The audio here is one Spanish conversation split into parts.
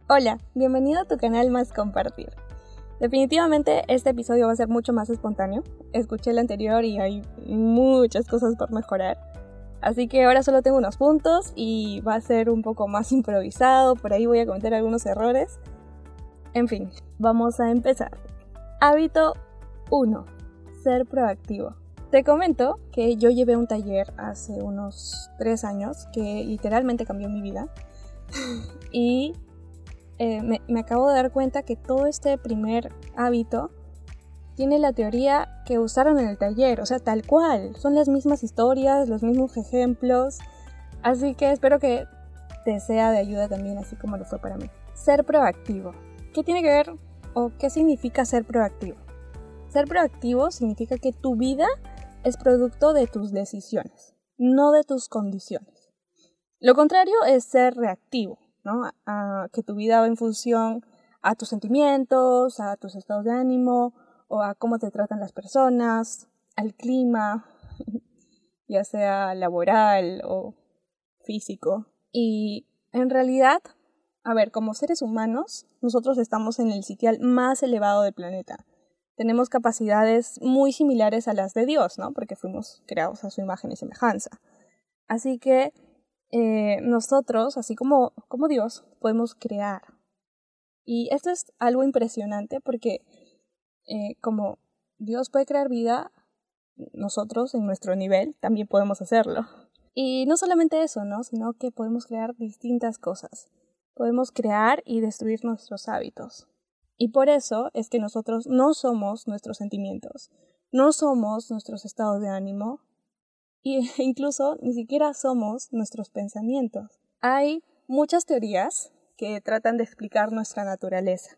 Hola, bienvenido a tu canal Más Compartir. Definitivamente este episodio va a ser mucho más espontáneo. Escuché el anterior y hay muchas cosas por mejorar. Así que ahora solo tengo unos puntos y va a ser un poco más improvisado. Por ahí voy a cometer algunos errores. En fin, vamos a empezar. Hábito 1. Ser proactivo. Te comento que yo llevé un taller hace unos 3 años que literalmente cambió mi vida. Y me acabo de dar cuenta que todo este primer hábito tiene la teoría que usaron en el taller, o sea, tal cual. Son las mismas historias, los mismos ejemplos. Así que espero que te sea de ayuda también, así como lo fue para mí. Ser proactivo. ¿Qué tiene que ver o qué significa ser proactivo? Ser proactivo significa que tu vida es producto de tus decisiones, no de tus condiciones. Lo contrario es ser reactivo, ¿no? Que tu vida va en función a tus sentimientos, a tus estados de ánimo o a cómo te tratan las personas, al clima, ya sea laboral o físico. Y en realidad, como seres humanos, nosotros estamos en el sitial más elevado del planeta. Tenemos capacidades muy similares a las de Dios, ¿no? Porque fuimos creados a su imagen y semejanza. Así que nosotros, así como Dios, podemos crear. Y esto es algo impresionante porque como Dios puede crear vida, nosotros en nuestro nivel también podemos hacerlo. Y no solamente eso, ¿no? Sino que podemos crear distintas cosas. Podemos crear y destruir nuestros hábitos. Y por eso es que nosotros no somos nuestros sentimientos, no somos nuestros estados de ánimo, e incluso ni siquiera somos nuestros pensamientos. Hay muchas teorías que tratan de explicar nuestra naturaleza.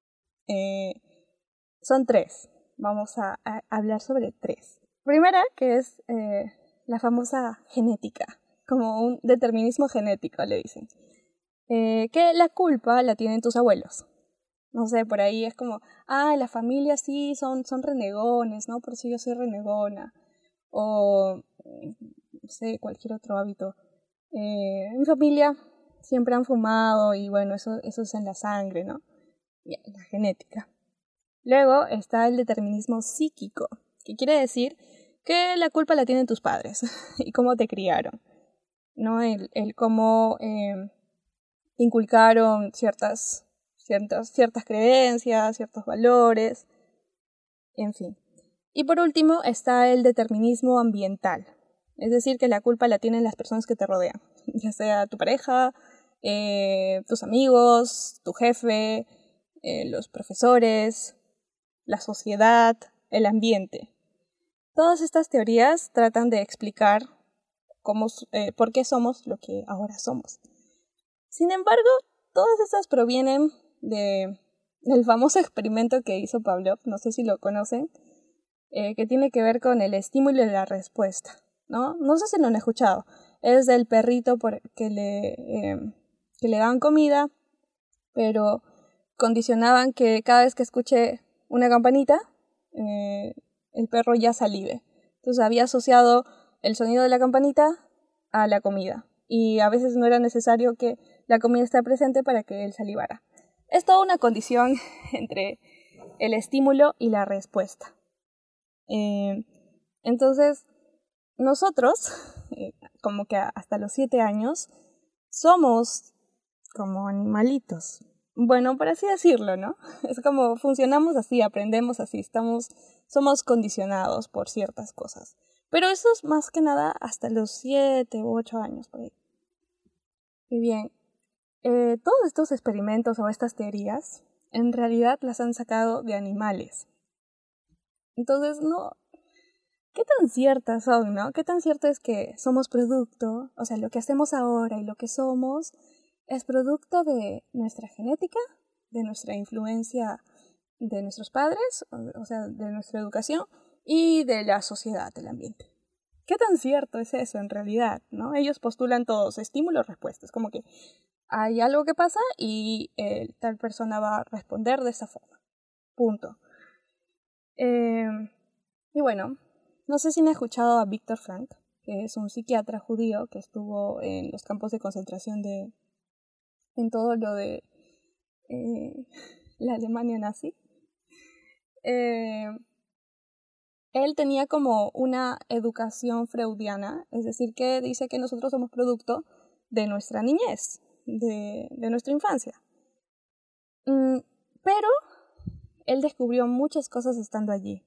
Son 3. Vamos a hablar sobre 3. Primera, que es la famosa genética, como un determinismo genético, le dicen. Que la culpa la tienen tus abuelos. No sé, por ahí es como, la familia sí son renegones, ¿no? Por eso yo soy renegona. O, no sé, cualquier otro hábito. En mi familia siempre han fumado y bueno, eso es en la sangre, ¿no? La genética. Luego está el determinismo psíquico, que quiere decir que la culpa la tienen tus padres y cómo te criaron, ¿no? El cómo inculcaron ciertas creencias, ciertos valores, en fin. Y por último está el determinismo ambiental, es decir, que la culpa la tienen las personas que te rodean, ya sea tu pareja, tus amigos, tu jefe, los profesores, la sociedad, el ambiente. Todas estas teorías tratan de explicar por qué somos lo que ahora somos. Sin embargo, todas estas provienen del famoso experimento que hizo Pavlov, no sé si lo conocen, que tiene que ver con el estímulo y la respuesta, ¿no? No sé si lo han escuchado. Es del perrito que le daban comida, pero condicionaban que cada vez que escuche una campanita, el perro ya salive. Entonces había asociado el sonido de la campanita a la comida. Y a veces no era necesario que la comida esté presente para que él salivara. Es toda una condición entre el estímulo y la respuesta. Entonces, nosotros, como que hasta los 7 años, somos como animalitos. Bueno, por así decirlo, ¿no? Es como funcionamos así, aprendemos así, somos condicionados por ciertas cosas. Pero eso es más que nada hasta los 7 u 8 años, por ahí. Y bien, todos estos experimentos o estas teorías, en realidad las han sacado de animales. Entonces, no, ¿qué tan ciertas son, no? ¿Qué tan cierto es que somos producto, o sea, lo que hacemos ahora y lo que somos es producto de nuestra genética, de nuestra influencia de nuestros padres, o sea, de nuestra educación y de la sociedad, del ambiente? ¿Qué tan cierto es eso en realidad, no? Ellos postulan todos estímulo-respuesta, es como que hay algo que pasa y tal persona va a responder de esa forma. Punto. Y bueno, no sé si han escuchado a Viktor Frankl, que es un psiquiatra judío que estuvo en los campos de concentración en todo lo de la Alemania nazi. Él tenía como una educación freudiana, es decir, que dice que nosotros somos producto de nuestra niñez, de nuestra infancia. Pero él descubrió muchas cosas estando allí.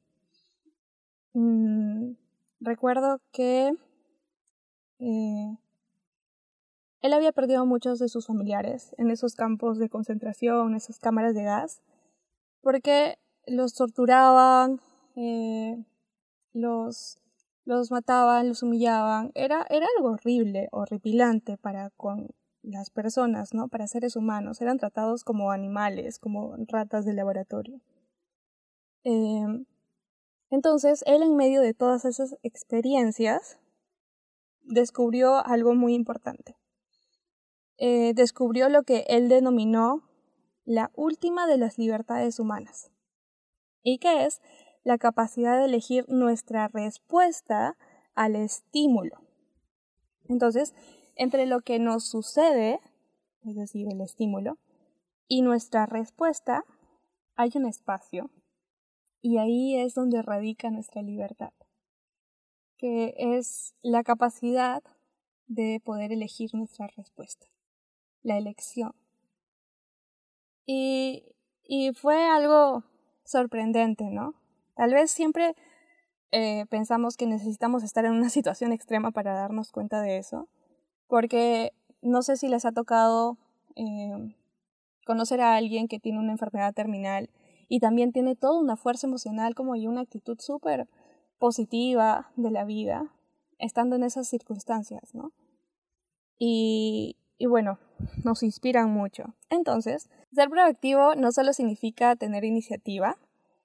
Recuerdo que él había perdido a muchos de sus familiares en esos campos de concentración, esas cámaras de gas, porque los torturaban, los mataban, los humillaban. Era algo horrible, horripilante para con las personas, ¿no? Para seres humanos. Eran tratados como animales, como ratas de laboratorio. Entonces, él en medio de todas esas experiencias descubrió algo muy importante. Descubrió lo que él denominó la última de las libertades humanas. ¿Y qué es? La capacidad de elegir nuestra respuesta al estímulo. Entonces, entre lo que nos sucede, es decir, el estímulo, y nuestra respuesta, hay un espacio. Y ahí es donde radica nuestra libertad, que es la capacidad de poder elegir nuestra respuesta, la elección. Y fue algo sorprendente, ¿no? Tal vez siempre pensamos que necesitamos estar en una situación extrema para darnos cuenta de eso, porque no sé si les ha tocado conocer a alguien que tiene una enfermedad terminal y también tiene toda una fuerza emocional como y una actitud súper positiva de la vida, estando en esas circunstancias, ¿no? Y bueno, nos inspiran mucho. Entonces, ser proactivo no solo significa tener iniciativa,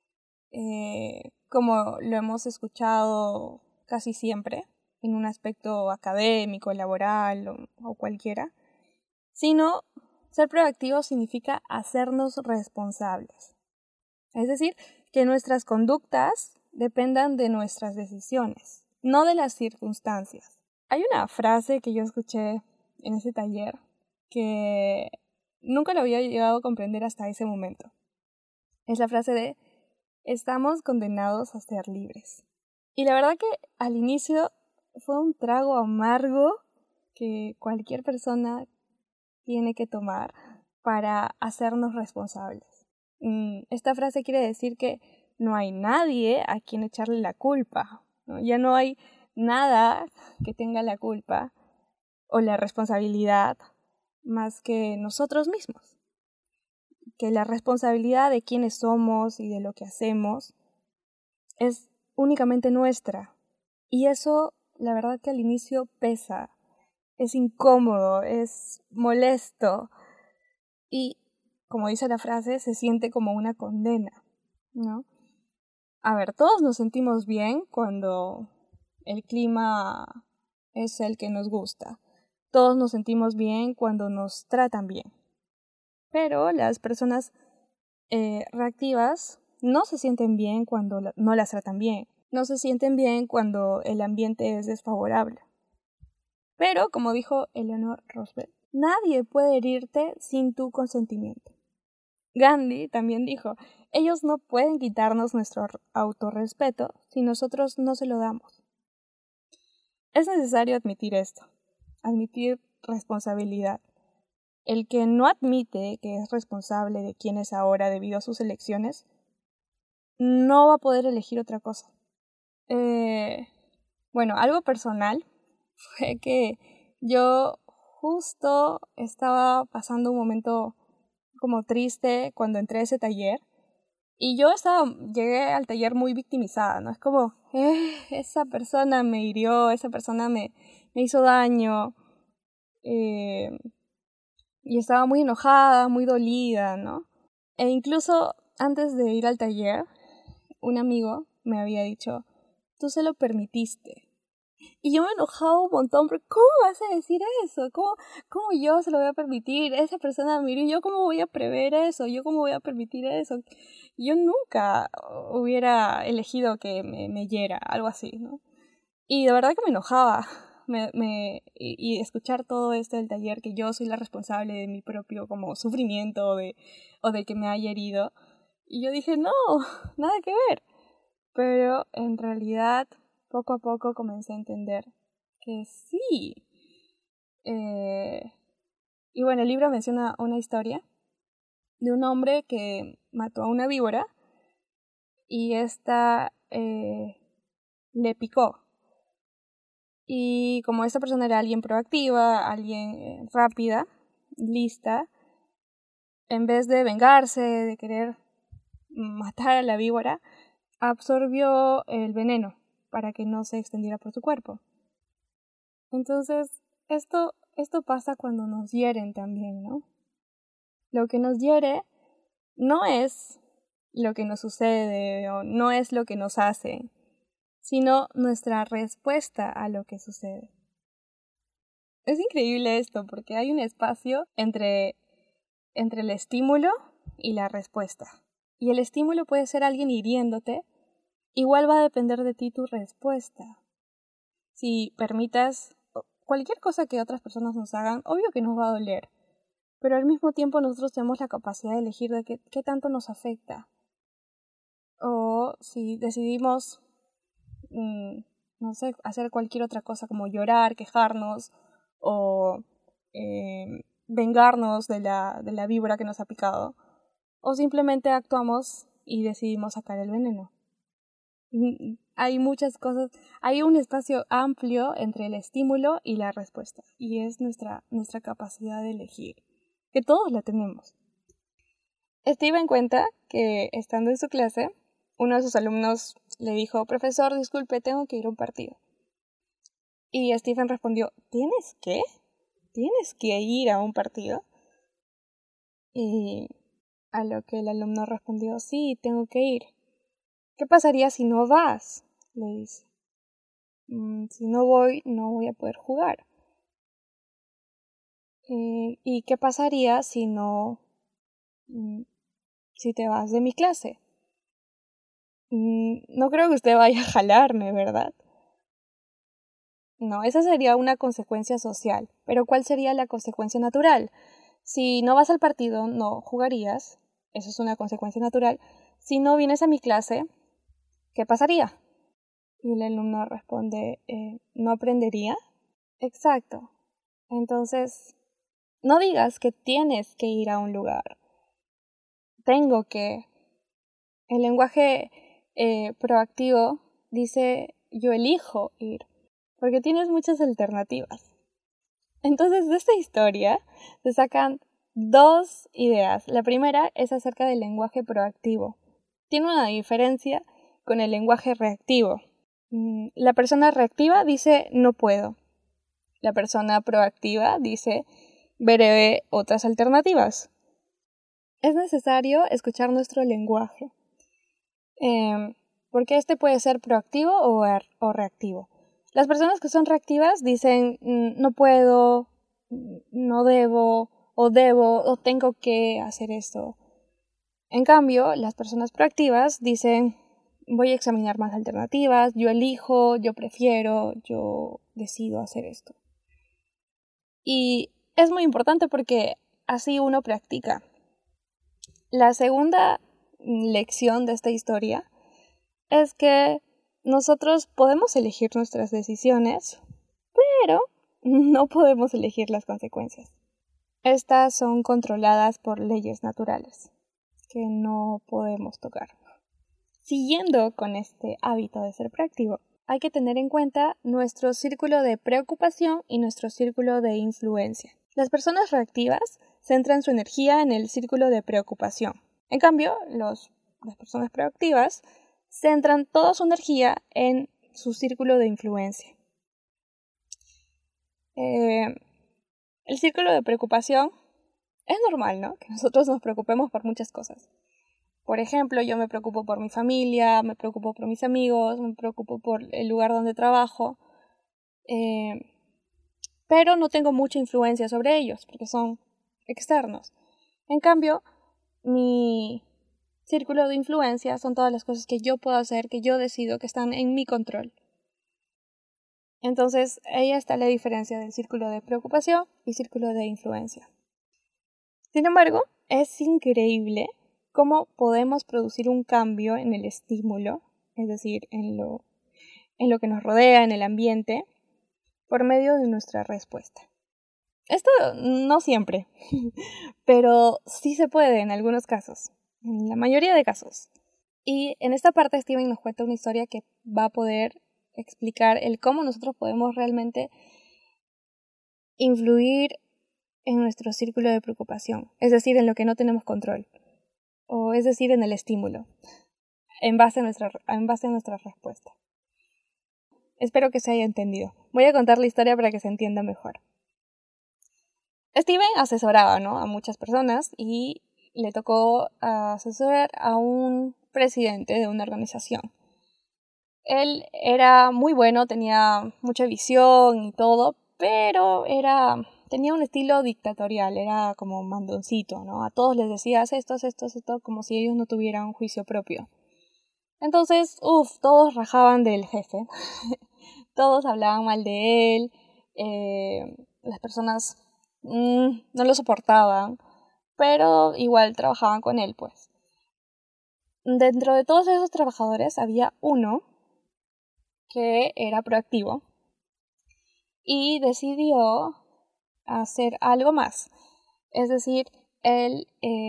como lo hemos escuchado casi siempre, en un aspecto académico, laboral o cualquiera, sino ser proactivo significa hacernos responsables. Es decir, que nuestras conductas dependan de nuestras decisiones, no de las circunstancias. Hay una frase que yo escuché en ese taller que nunca lo había llegado a comprender hasta ese momento. Es la frase de estamos condenados a ser libres. Y la verdad que al inicio fue un trago amargo que cualquier persona tiene que tomar para hacernos responsables. Esta frase quiere decir que no hay nadie a quien echarle la culpa, ¿no? Ya no hay nada que tenga la culpa o la responsabilidad más que nosotros mismos. Que la responsabilidad de quiénes somos y de lo que hacemos es únicamente nuestra. Y eso, la verdad que al inicio pesa, es incómodo, es molesto y, como dice la frase, se siente como una condena, ¿no? A ver, todos nos sentimos bien cuando el clima es el que nos gusta. Todos nos sentimos bien cuando nos tratan bien. Pero las personas reactivas no se sienten bien cuando no las tratan bien. No se sienten bien cuando el ambiente es desfavorable. Pero, como dijo Eleanor Roosevelt, nadie puede herirte sin tu consentimiento. Gandhi también dijo, ellos no pueden quitarnos nuestro autorrespeto si nosotros no se lo damos. Es necesario admitir esto, admitir responsabilidad. El que no admite que es responsable de quién es ahora debido a sus elecciones, no va a poder elegir otra cosa. Bueno, algo personal fue que yo justo estaba pasando un momento como triste cuando entré a ese taller y llegué al taller muy victimizada, ¿no? Es como, esa persona me hirió, esa persona me hizo daño y estaba muy enojada, muy dolida, ¿no? E incluso antes de ir al taller, un amigo me había dicho, tú se lo permitiste. Y yo me enojaba un montón, porque ¿cómo vas a decir eso? ¿Cómo yo se lo voy a permitir? Esa persona me hirió, ¿yo cómo voy a prever eso? ¿Yo cómo voy a permitir eso? Yo nunca hubiera elegido que me hiera, algo así, ¿no? Y de verdad que me enojaba y escuchar todo esto del taller, que yo soy la responsable de mi propio como sufrimiento o de que me haya herido. Y yo dije, no, nada que ver. Pero en realidad, poco a poco comencé a entender que sí. Y bueno, el libro menciona una historia de un hombre que mató a una víbora y esta le picó. Y como esta persona era alguien proactiva, alguien rápida, lista, en vez de vengarse, de querer matar a la víbora, absorbió el veneno para que no se extendiera por su cuerpo. Entonces, esto pasa cuando nos hieren también, ¿no? Lo que nos hiere no es lo que nos sucede o no es lo que nos hace, sino nuestra respuesta a lo que sucede. Es increíble esto porque hay un espacio entre el estímulo y la respuesta. Y el estímulo puede ser alguien hiriéndote, igual va a depender de ti tu respuesta. Si permitas cualquier cosa que otras personas nos hagan, obvio que nos va a doler, pero al mismo tiempo nosotros tenemos la capacidad de elegir de qué tanto nos afecta. O si decidimos, no sé, hacer cualquier otra cosa como llorar, quejarnos o vengarnos de la víbora que nos ha picado, o simplemente actuamos y decidimos sacar el veneno. Hay muchas cosas, hay un espacio amplio entre el estímulo y la respuesta, y es nuestra capacidad de elegir, que todos la tenemos. Stephen cuenta que estando en su clase, uno de sus alumnos le dijo, profesor, disculpe, tengo que ir a un partido. Y Stephen respondió, ¿tienes qué? ¿Tienes que ir a un partido? Y a lo que el alumno respondió, sí, tengo que ir. ¿Qué pasaría si no vas? Le dice. Si no voy, no voy a poder jugar. ¿Y qué pasaría si si te vas de mi clase? No creo que usted vaya a jalarme, ¿verdad? No, esa sería una consecuencia social. Pero ¿cuál sería la consecuencia natural? Si no vas al partido, no jugarías. Eso es una consecuencia natural. Si no vienes a mi clase, ¿qué pasaría? Y el alumno responde, ¿no aprendería? Exacto. Entonces, no digas que tienes que ir a un lugar. Tengo que. El lenguaje proactivo dice, yo elijo ir, porque tienes muchas alternativas. Entonces, de esta historia se sacan dos ideas. La primera es acerca del lenguaje proactivo. Tiene una diferencia con el lenguaje reactivo. La persona reactiva dice, no puedo. La persona proactiva dice, veré otras alternativas. Es necesario escuchar nuestro lenguaje, porque este puede ser proactivo o reactivo. Las personas que son reactivas dicen, no puedo, no debo, o tengo que hacer esto. En cambio, las personas proactivas dicen, voy a examinar más alternativas, yo elijo, yo prefiero, yo decido hacer esto. Y es muy importante porque así uno practica. La segunda lección de esta historia es que nosotros podemos elegir nuestras decisiones, pero no podemos elegir las consecuencias. Estas son controladas por leyes naturales que no podemos tocar. Siguiendo con este hábito de ser proactivo, hay que tener en cuenta nuestro círculo de preocupación y nuestro círculo de influencia. Las personas reactivas centran su energía en el círculo de preocupación. En cambio, las personas proactivas centran toda su energía en su círculo de influencia. El círculo de preocupación es normal, ¿no? Que nosotros nos preocupemos por muchas cosas. Por ejemplo, yo me preocupo por mi familia, me preocupo por mis amigos, me preocupo por el lugar donde trabajo, pero no tengo mucha influencia sobre ellos porque son externos. En cambio, mi círculo de influencia son todas las cosas que yo puedo hacer, que yo decido, que están en mi control. Entonces, ahí está la diferencia del círculo de preocupación y círculo de influencia. Sin embargo, es increíble cómo podemos producir un cambio en el estímulo, es decir, en lo que nos rodea, en el ambiente, por medio de nuestra respuesta. Esto no siempre, pero sí se puede en algunos casos, en la mayoría de casos. Y en esta parte Steven nos cuenta una historia que va a poder explicar el cómo nosotros podemos realmente influir en nuestro círculo de preocupación, es decir, en lo que no tenemos control, o es decir, en el estímulo, en base a nuestra respuesta. Espero que se haya entendido. Voy a contar la historia para que se entienda mejor. Steven asesoraba, a muchas personas y le tocó asesorar a un presidente de una organización. Él era muy bueno, tenía mucha visión y todo, pero tenía un estilo dictatorial, era como mandoncito, ¿no? A todos les decía, haz esto, como si ellos no tuvieran un juicio propio. Entonces, todos rajaban del jefe, todos hablaban mal de él, las personas no lo soportaban, pero igual trabajaban con él, pues. Dentro de todos esos trabajadores había uno que era proactivo y decidió hacer algo más. Es decir, él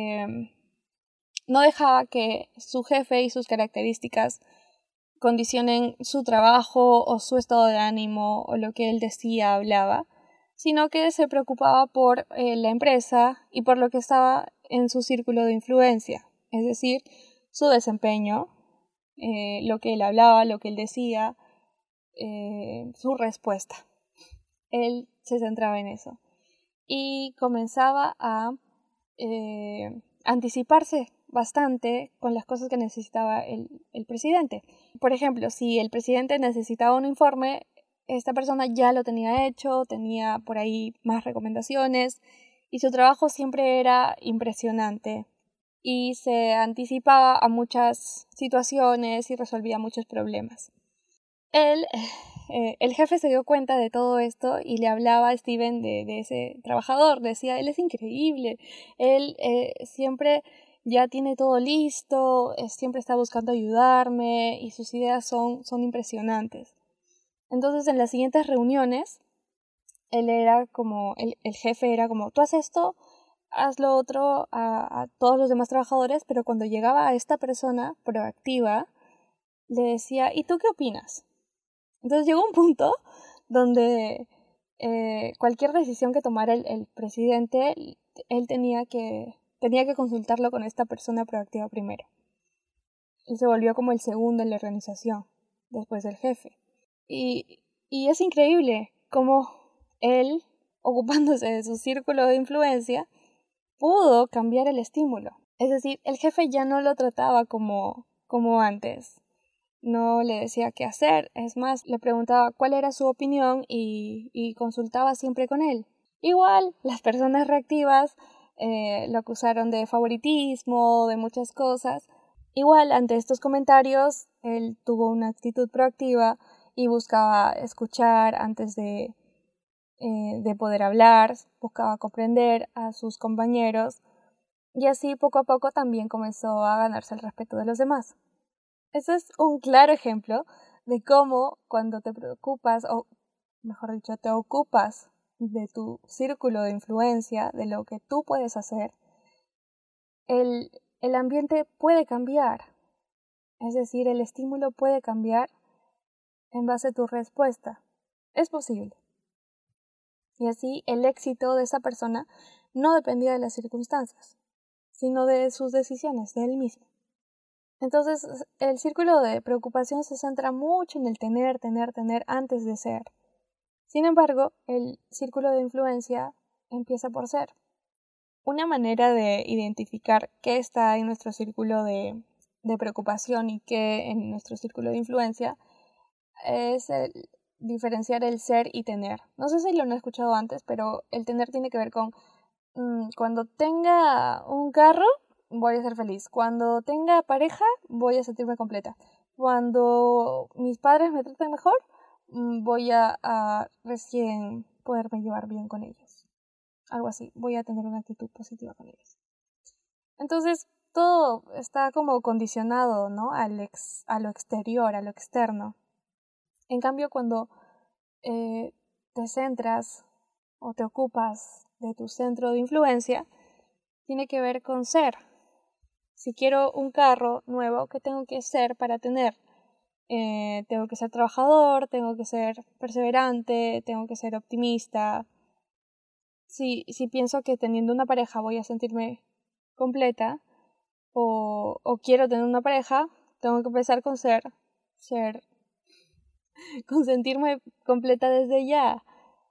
no dejaba que su jefe y sus características condicionen su trabajo o su estado de ánimo o lo que él decía, hablaba, sino que se preocupaba por la empresa y por lo que estaba en su círculo de influencia, es decir, su desempeño, lo que él hablaba, lo que él decía, su respuesta. Él se centraba en eso y comenzaba a anticiparse bastante con las cosas que necesitaba el presidente. Por ejemplo, si el presidente necesitaba un informe, esta persona ya lo tenía hecho, tenía por ahí más recomendaciones y su trabajo siempre era impresionante y se anticipaba a muchas situaciones y resolvía muchos problemas. El jefe se dio cuenta de todo esto y le hablaba a Steven de ese trabajador. Decía, él es increíble, él siempre ya tiene todo listo, siempre está buscando ayudarme y sus ideas son impresionantes. Entonces en las siguientes reuniones, el jefe era como, tú haces esto, haz lo otro a todos los demás trabajadores, pero cuando llegaba a esta persona proactiva, le decía, ¿y tú qué opinas? Entonces llegó un punto donde cualquier decisión que tomara el presidente, él tenía que consultarlo con esta persona proactiva primero. Él se volvió como el segundo en la organización, después del jefe. Y es increíble cómo él, ocupándose de su círculo de influencia, pudo cambiar el estímulo. Es decir, el jefe ya no lo trataba como antes. No le decía qué hacer, es más, le preguntaba cuál era su opinión y consultaba siempre con él. Igual, las personas reactivas lo acusaron de favoritismo, de muchas cosas. Igual, ante estos comentarios, él tuvo una actitud proactiva y buscaba escuchar antes de poder hablar, buscaba comprender a sus compañeros y así poco a poco también comenzó a ganarse el respeto de los demás. Ese es un claro ejemplo de cómo cuando te preocupas, o mejor dicho, te ocupas de tu círculo de influencia, de lo que tú puedes hacer, el ambiente puede cambiar. Es decir, el estímulo puede cambiar en base a tu respuesta. Es posible. Y así el éxito de esa persona no dependía de las circunstancias, sino de sus decisiones, de él mismo. Entonces, el círculo de preocupación se centra mucho en el tener antes de ser. Sin embargo, el círculo de influencia empieza por ser. Una manera de identificar qué está en nuestro círculo de preocupación y qué en nuestro círculo de influencia es diferenciar el ser y tener. No sé si lo han escuchado antes, pero el tener tiene que ver con cuando tenga un carro, voy a ser feliz. Cuando tenga pareja, voy a sentirme completa. Cuando mis padres me traten mejor, voy a recién poderme llevar bien con ellos. Algo así, voy a tener una actitud positiva con ellos. Entonces, todo está como condicionado, ¿no? A lo exterior, a lo externo. En cambio, cuando te centras o te ocupas de tu centro de influencia, tiene que ver con ser. Si quiero un carro nuevo, ¿qué tengo que ser para tener? Tengo que ser trabajador, tengo que ser perseverante, tengo que ser optimista. Si pienso que teniendo una pareja voy a sentirme completa o quiero tener una pareja, tengo que empezar con con sentirme completa desde ya.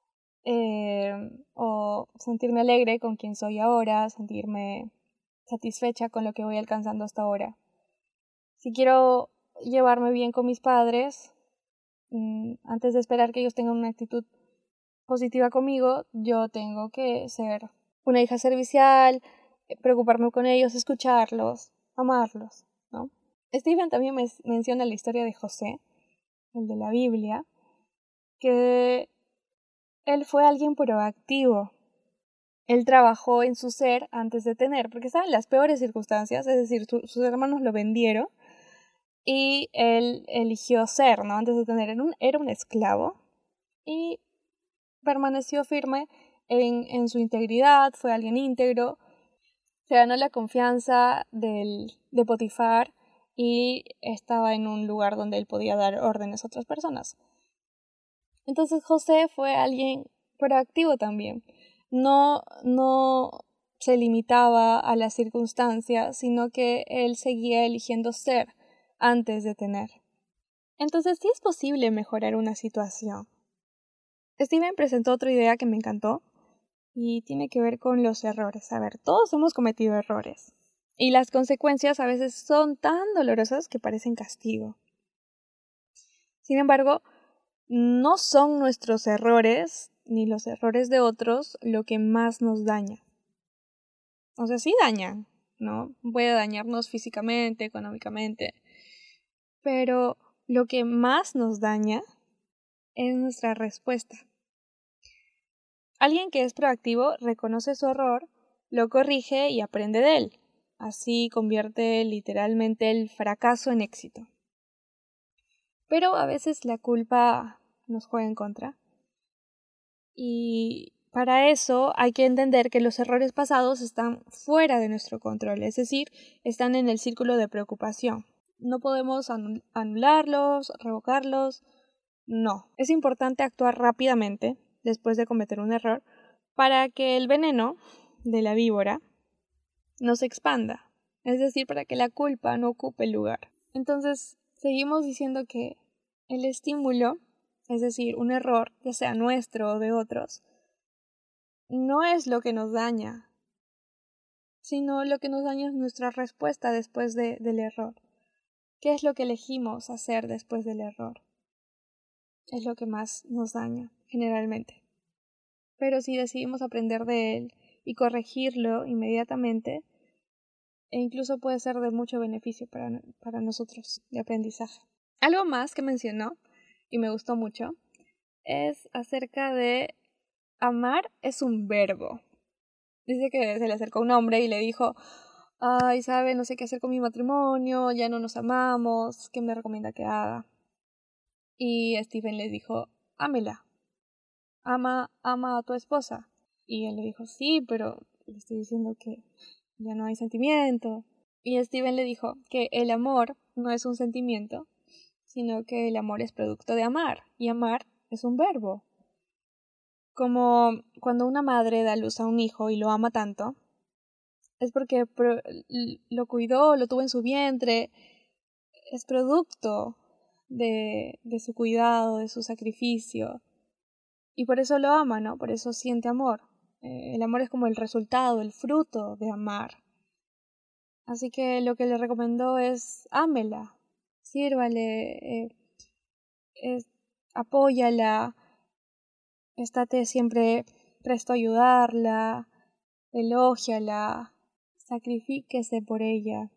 O sentirme alegre con quien soy ahora, sentirme satisfecha con lo que voy alcanzando hasta ahora. Si quiero llevarme bien con mis padres, antes de esperar que ellos tengan una actitud positiva conmigo, yo tengo que ser una hija servicial, preocuparme con ellos, escucharlos, amarlos, ¿no? Stephen también menciona la historia de José, el de la Biblia, que él fue alguien proactivo. Él trabajó en su ser antes de tener, porque estaba en las peores circunstancias, es decir, sus hermanos lo vendieron y él eligió ser, ¿no? Antes de tener, era un esclavo y permaneció firme en su integridad, fue alguien íntegro, se ganó la confianza de Potifar y estaba en un lugar donde él podía dar órdenes a otras personas. Entonces José fue alguien proactivo también. No se limitaba a las circunstancias, sino que él seguía eligiendo ser antes de tener. Entonces sí es posible mejorar una situación. Steven presentó otra idea que me encantó y tiene que ver con los errores. A ver, todos hemos cometido errores y las consecuencias a veces son tan dolorosas que parecen castigo. Sin embargo, no son nuestros errores ni los errores de otros lo que más nos daña. O sea, sí dañan, ¿no? Puede dañarnos físicamente, económicamente, pero lo que más nos daña es nuestra respuesta. Alguien que es proactivo reconoce su error, lo corrige y aprende de él. Así convierte literalmente el fracaso en éxito. Pero a veces la culpa nos juega en contra. Y para eso hay que entender que los errores pasados están fuera de nuestro control, es decir, están en el círculo de preocupación. No podemos anularlos, revocarlos, no. Es importante actuar rápidamente después de cometer un error para que el veneno de la víbora no se expanda, es decir, para que la culpa no ocupe el lugar. Entonces, seguimos diciendo que el estímulo, es decir, un error, ya sea nuestro o de otros, no es lo que nos daña, sino lo que nos daña es nuestra respuesta después del error. ¿Qué es lo que elegimos hacer después del error? Es lo que más nos daña, generalmente. Pero si decidimos aprender de él y corregirlo inmediatamente, e incluso puede ser de mucho beneficio para nosotros de aprendizaje. Algo más que mencionó, y me gustó mucho, es acerca de amar es un verbo. Dice que se le acercó un hombre y le dijo, ay, sabe, no sé qué hacer con mi matrimonio, ya no nos amamos, ¿qué me recomienda que haga? Y Stephen le dijo, ámela, ama a tu esposa. Y él le dijo, sí, pero le estoy diciendo que ya no hay sentimiento. Y Stephen le dijo que el amor no es un sentimiento, sino que el amor es producto de amar, y amar es un verbo. Como cuando una madre da luz a un hijo y lo ama tanto, es porque lo cuidó, lo tuvo en su vientre, es producto de su cuidado, de su sacrificio, y por eso lo ama, ¿no? Por eso siente amor. El amor es como el resultado, el fruto de amar. Así que lo que le recomendó es ámela, sírvale, apóyala, estate siempre presto a ayudarla, elógiala, sacrifíquese por ella.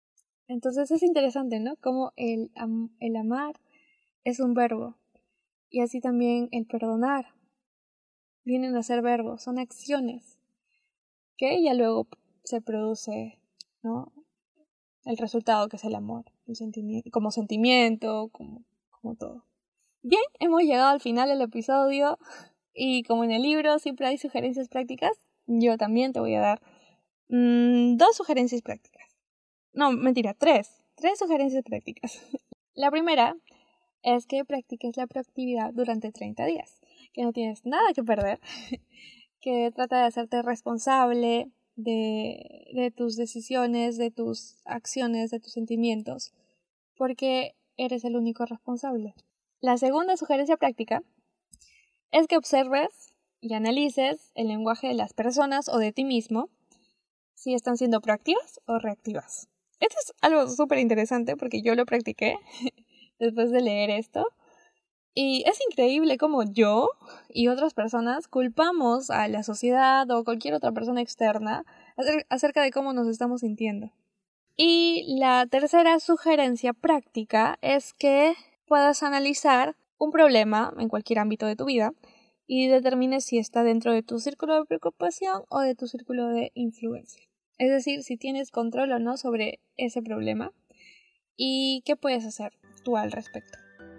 Entonces es interesante, ¿no? Como el amar es un verbo. Y así también el perdonar. Vienen a ser verbos, son acciones que ya luego se produce, ¿no?, el resultado, que es el amor, el sentimiento, como todo. Bien, hemos llegado al final del episodio y como en el libro siempre hay sugerencias prácticas, yo también te voy a dar 2 sugerencias prácticas. No, mentira, 3 sugerencias prácticas. La primera es que practiques la proactividad durante 30 días, que no tienes nada que perder, que trata de hacerte responsable de tus decisiones, de tus acciones, de tus sentimientos, porque eres el único responsable. La segunda sugerencia práctica es que observes y analices el lenguaje de las personas o de ti mismo, si están siendo proactivas o reactivas. Esto es algo súper interesante porque yo lo practiqué después de leer esto. Y es increíble cómo yo y otras personas culpamos a la sociedad o cualquier otra persona externa acerca de cómo nos estamos sintiendo. Y la tercera sugerencia práctica es que puedas analizar un problema en cualquier ámbito de tu vida y determines si está dentro de tu círculo de preocupación o de tu círculo de influencia. Es decir, si tienes control o no sobre ese problema y qué puedes hacer tú al respecto.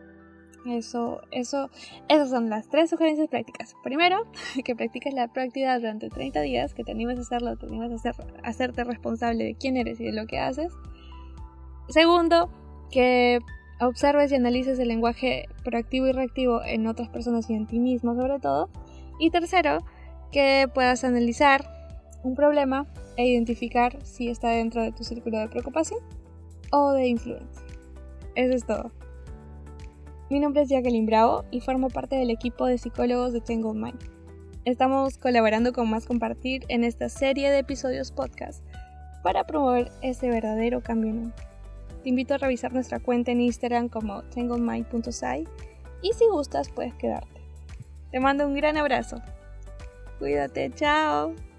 Esas son las 3 sugerencias prácticas. Primero, que practiques la proactividad durante 30 días, que te animes a hacerlo, te animes a hacerte responsable de quién eres y de lo que haces. Segundo, que observes y analices el lenguaje proactivo y reactivo en otras personas y en ti mismo sobre todo. Y tercero, que puedas analizar un problema e identificar si está dentro de tu círculo de preocupación o de influencia. Eso es todo. Mi nombre es Jacqueline Bravo y formo parte del equipo de psicólogos de Tangled Mind. Estamos colaborando con Más Compartir en esta serie de episodios podcast para promover ese verdadero cambio en uno. Te invito a revisar nuestra cuenta en Instagram como tangledmind.sci y si gustas puedes quedarte. Te mando un gran abrazo. Cuídate, chao.